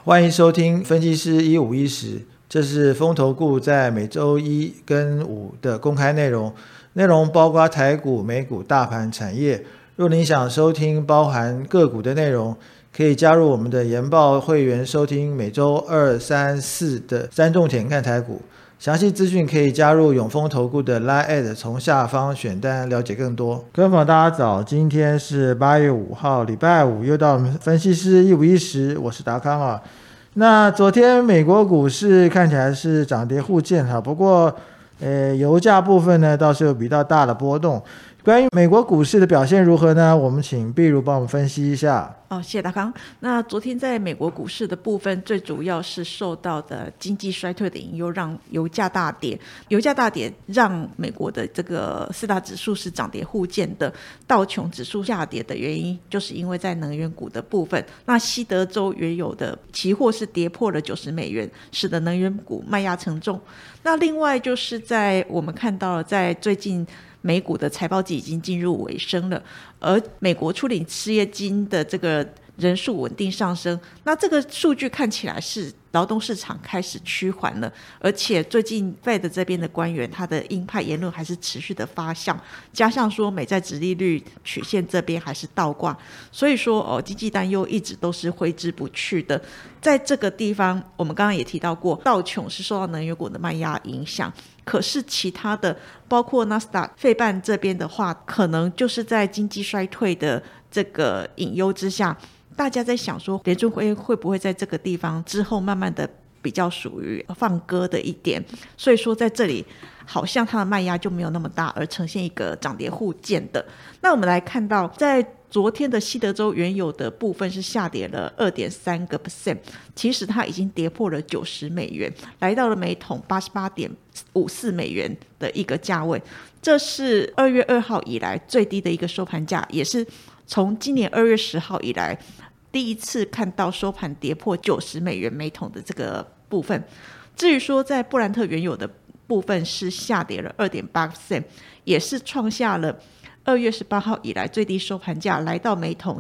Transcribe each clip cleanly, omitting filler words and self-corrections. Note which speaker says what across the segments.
Speaker 1: 欢迎收听分析师1510，这是风投顾在每周一跟五的公开内容，内容包括台股、美股、大盘、产业。若您想收听包含个股的内容，可以加入我们的研报会员收听每周2、3、4的3重点看台股。详细资讯可以加入永丰投顾的 LINE@ 从下方选单了解更多。各位朋友大家早，今天是8月5号礼拜五，又到我们分析师1510，我是达康啊。那昨天美国股市看起来是涨跌互见哈，不过油价部分呢倒是有比较大的波动。关于美国股市的表现如何呢？我们请碧如帮我们分析一下。
Speaker 2: 谢谢达康。那昨天在美国股市的部分，最主要是受到的经济衰退的引诱，让油价大跌。油价大跌让美国的这个四大指数是涨跌互见的。道琼指数下跌的原因，就是因为在能源股的部分，那西德州原油的期货是跌破了$90，使得能源股卖压沉重。那另外就是在我们看到了，在最近美股的财报季已经进入尾声了，而美国初领失业金的这个人数稳定上升，那这个数据看起来是劳动市场开始趋缓了，而且最近 Fed 这边的官员他的鹰派言论还是持续的发酵，加上说美债殖利率曲线这边还是倒挂，所以说经济担忧一直都是挥之不去的。在这个地方我们刚刚也提到过，道琼是受到能源股的卖压影响，可是其他的包括纳斯达克费半这边的话，可能就是在经济衰退的这个隐忧之下，大家在想说联准会会不会在这个地方之后慢慢的比较属于放鸽的一点，所以说在这里好像它的卖压就没有那么大，而呈现一个涨跌互见的。那我们来看到在昨天的西德州原油的部分是下跌了 2.3%， 其实它已经跌破了$90，来到了每桶$88.54的一个价位，这是2月2号以来最低的一个收盘价，也是从今年2月10号以来第一次看到收盘跌破$90每桶的这个部分。至于说在布兰特原油的部分是下跌了 2.8%， 也是创下了2月18号以来最低收盘价，来到每桶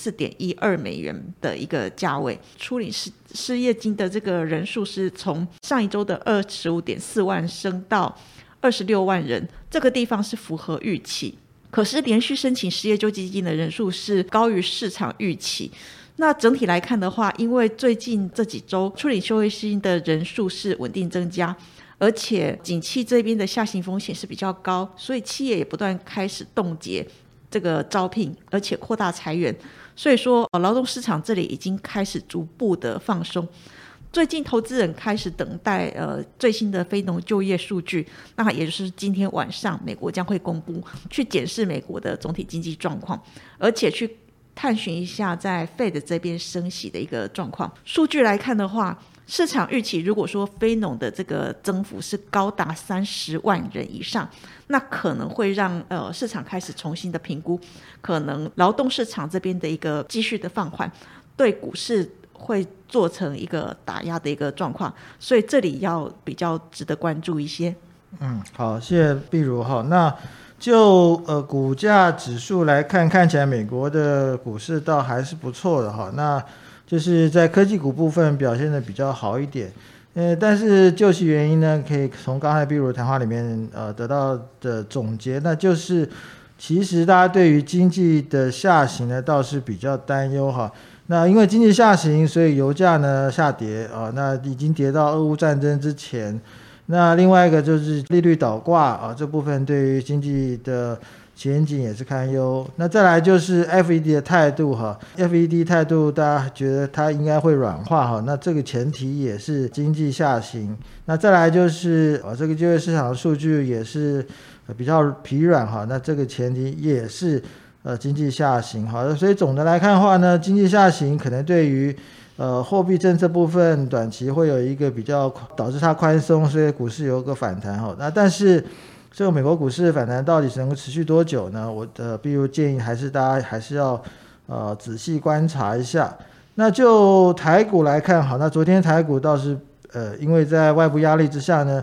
Speaker 2: $94.12的一个价位。初领失业金的这个人数是从上一周的25.4万升到26万人，这个地方是符合预期。可是连续申请失业救济金的人数是高于市场预期。那整体来看的话，因为最近这几周初领失业金的人数是稳定增加，而且景气这边的下行风险是比较高，所以企业也不断开始冻结这个招聘，而且扩大裁员，所以说劳动市场这里已经开始逐步的放松。最近投资人开始等待最新的非农就业数据，那也就是今天晚上美国将会公布，去检视美国的总体经济状况，而且去探寻一下在 Fed 这边升息的一个状况。数据来看的话，市场预期如果说非农的这个增幅是高达30万人以上，那可能会让市场开始重新的评估，可能劳动市场这边的一个继续的放缓，对股市会做成一个打压的一个状况，所以这里要比较值得关注一些。
Speaker 1: 好，谢谢碧如哈。那就股价指数来看，看起来美国的股市倒还是不错的哈。那就是在科技股部分表现的比较好一点，但是究其原因呢，可以从刚才碧如谈话里面得到的总结，那就是其实大家对于经济的下行呢倒是比较担忧哈。那因为经济下行，所以油价呢下跌那已经跌到俄乌战争之前。那另外一个就是利率倒挂这部分对于经济的前景也是堪忧。那再来就是 FED 的态度FED 态度大家觉得它应该会软化那这个前提也是经济下行。那再来就是这个就业市场的数据也是比较疲软那这个前提也是经济下行所以总的来看的话呢，经济下行可能对于货币政策部分短期会有一个比较导致它宽松，所以股市有个反弹那但是这个美国股市的反弹到底能够持续多久呢？我比如建议还是大家还是要仔细观察一下。那就台股来看那昨天台股倒是因为在外部压力之下呢，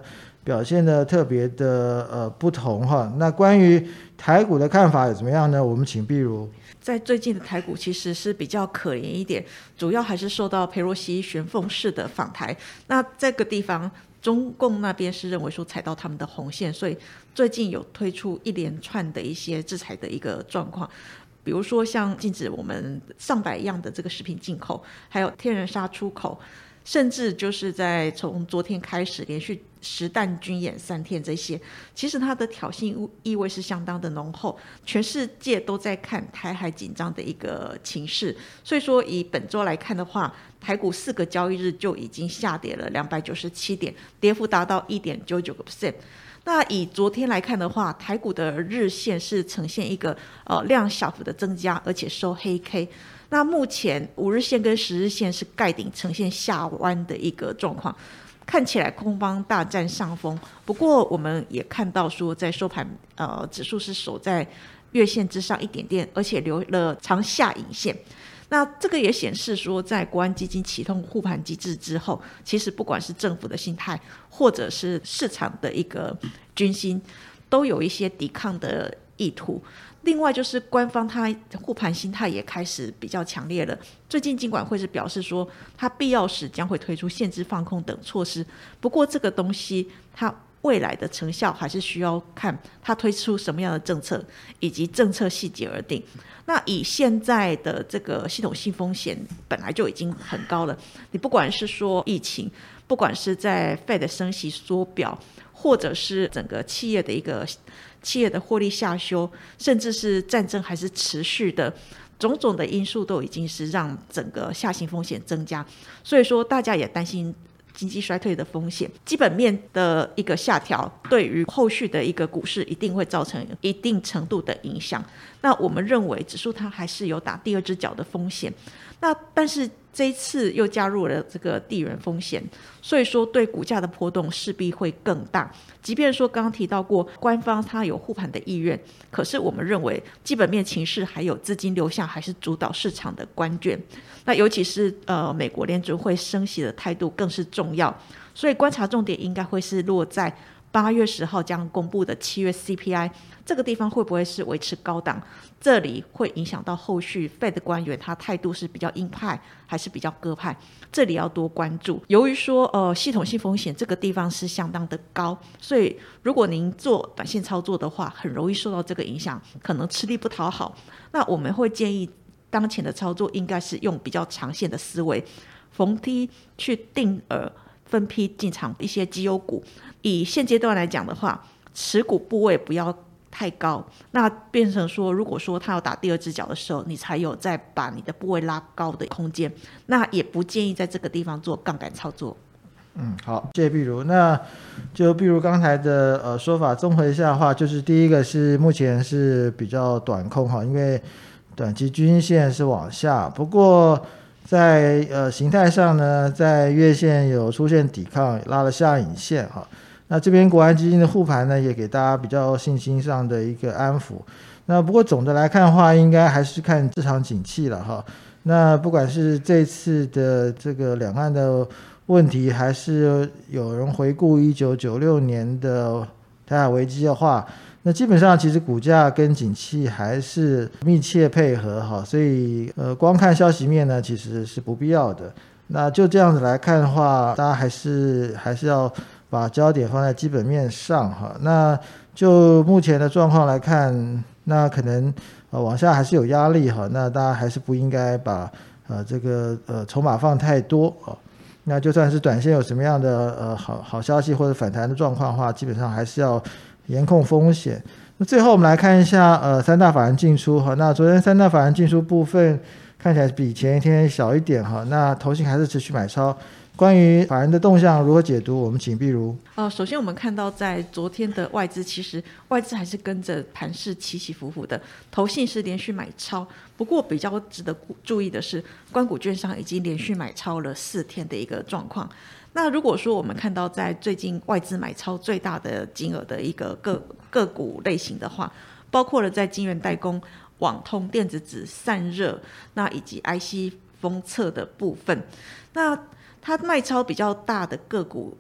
Speaker 1: 表现的特别的不同哈。那关于台股的看法有怎么样呢？我们请碧如。
Speaker 2: 在最近的台股其实是比较可怜一点，主要还是受到裴洛西旋风式的访台。那这个地方中共那边是认为说踩到他们的红线，所以最近有推出一连串的一些制裁的一个状况，比如说像禁止我们上百样的这个食品进口，还有天然砂出口，甚至就是在从昨天开始连续实弹军演3天，这些其实它的挑衅意味是相当的浓厚，全世界都在看台海紧张的一个情势。所以说以本周来看的话，台股4个交易日就已经下跌了297点，跌幅达到 1.99%。那以昨天来看的话，台股的日线是呈现一个量小幅的增加，而且收黑 K。那目前5日线跟10日线是盖顶呈现下弯的一个状况，看起来空方大占上风。不过我们也看到说，在收盘指数是守在月线之上一点点，而且留了长下影线。那这个也显示说，在国安基金启动护盘机制之后，其实不管是政府的心态，或者是市场的一个军心，都有一些抵抗的意图。另外就是官方它护盘心态也开始比较强烈了，最近金管会是表示说，它必要时将会推出限制放空等措施。不过这个东西它未来的成效还是需要看它推出什么样的政策以及政策细节而定。那以现在的这个系统性风险本来就已经很高了，你不管是说疫情，不管是在 Fed 升息缩表，或者是整个企业的获利下修，甚至是战争还是持续的，种种的因素都已经是让整个下行风险增加。所以说大家也担心经济衰退的风险，基本面的一个下调对于后续的一个股市一定会造成一定程度的影响。那我们认为指数它还是有打第二只脚的风险，那但是这一次又加入了这个地缘风险，所以说对股价的波动势必会更大。即便说刚刚提到过官方它有护盘的意愿，可是我们认为基本面情势还有资金流向还是主导市场的关键。那尤其是美国联准会升息的态度更是重要，所以观察重点应该会是落在8月10号将公布的7月 CPI， 这个地方会不会是维持高档，这里会影响到后续 Fed 官员他态度是比较鹰派还是比较鸽派，这里要多关注。由于说系统性风险这个地方是相当的高，所以如果您做短线操作的话，很容易受到这个影响，可能吃力不讨好。那我们会建议当前的操作应该是用比较长线的思维，逢低去定额分批进场一些绩优股。以现阶段来讲的话，持股部位不要太高，那变成说如果说它要打第二只脚的时候，你才有再把你的部位拉高的空间，那也不建议在这个地方做杠杆操作。
Speaker 1: 好，谢谢碧如。那就碧如刚才的说法综合一下的话，就是第一个是目前是比较短空哈，因为短期均线是往下，不过在形态上呢，在月线有出现抵抗，拉了下影线哈。那这边国安基金的护盘呢，也给大家比较信心上的一个安抚。那不过总的来看的话，应该还是看市场景气了哈。那不管是这次的这个两岸的问题，还是有人回顾1996年的台海危机的话，那基本上其实股价跟景气还是密切配合哈，所以光看消息面呢，其实是不必要的。那就这样子来看的话，大家还是要把焦点放在基本面上哈。那就目前的状况来看，那可能往下还是有压力哈。那大家还是不应该把这个筹码放太多啊。那就算是短线有什么样的好消息或者反弹的状况的话，基本上还是要严控风险。那最后我们来看一下三大法人进出哈。那昨天三大法人进出部分看起来比前一天小一点哈。那投信还是持续买超。关于法人的动向如何解读，我们请碧如。
Speaker 2: 首先我们看到在昨天的外资，其实外资还是跟着盘势起起伏伏的，投信是连续买超。不过比较值得注意的是，官股券商已经连续买超了4天的一个状况。那如果说我们看到在最近外资买超最大的金额的一个个股类型的话，包括了在晶圆代工、网通、电子纸、散热，那以及 IC 封测的部分。那它卖超比较大的个股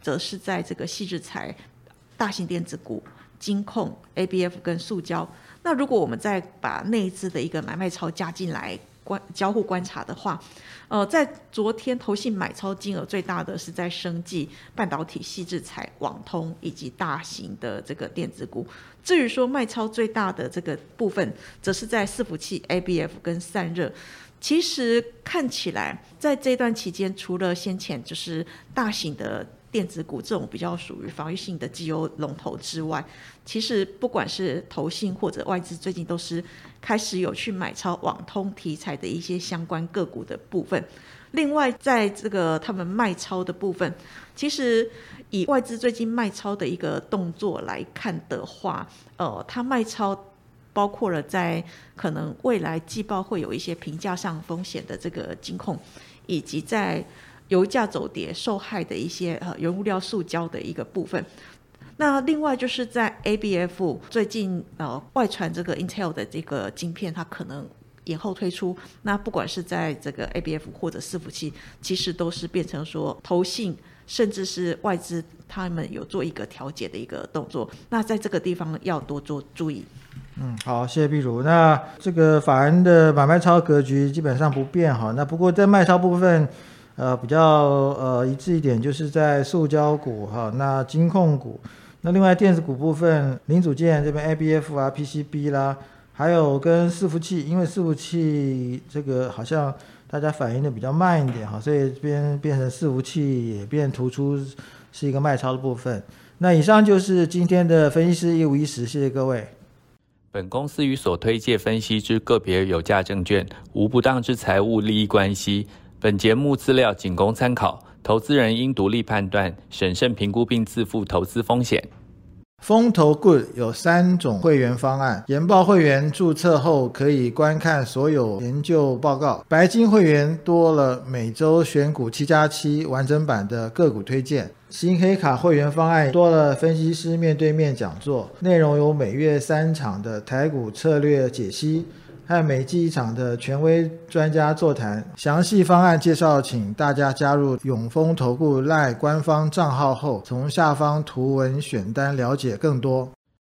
Speaker 2: 则是在这个矽智财、大型电子股、金控、ABF 跟塑胶。那如果我们再把内资的一个买卖超加进来交互观察的话，在昨天投信买超金额最大的是在生技、半导体、矽智财、网通以及大型的这个电子股。至于说卖超最大的这个部分，则是在伺服器、ABF 跟散热。其实看起来在这段期间，除了先前就是大型的电子股这种比较属于防御性的绩优龙头之外，其实不管是投信或者外资，最近都是开始有去买超网通题材的一些相关个股的部分。另外在这个他们卖超的部分，其实以外资最近卖超的一个动作来看的话，它卖超包括了在可能未来季报会有一些评价上风险的这个金控，以及在油价走跌受害的一些原物料塑胶的一个部分。那另外就是在 ABF 最近外传这个 Intel 的这个晶片它可能延后推出，那不管是在这个 ABF 或者伺服器，其实都是变成说投信甚至是外资他们有做一个调节的一个动作，那在这个地方要多做注意。
Speaker 1: 好，谢谢碧如。那这个法人的买卖超格局基本上不变哈。那不过在卖超部分，比较一致一点，就是在塑胶股哈，那金控股，那另外电子股部分，零组件这边 ABF 啊、PCB 啦，还有跟伺服器，因为伺服器这个好像大家反应的比较慢一点哈，所以这边变成伺服器也变突出是一个卖超的部分。那以上就是今天的分析师1514，谢谢各位。
Speaker 3: 本公司与所推介分析之个别有价证券无不当之财务利益关系。本节目资料仅供参考，投资人应独立判断、审慎评估并自负投资风险。
Speaker 1: 风投 Good 有3种会员方案，研报会员注册后可以观看所有研究报告，白金会员多了每周选股7+7完整版的个股推荐，新黑卡会员方案多了分析师面对面讲座，内容有每月3场的台股策略解析和每季1场的权威专家座谈。详细方案介绍请大家加入永丰投顾 LINE 官方账号后，从下方图文选单了解更多。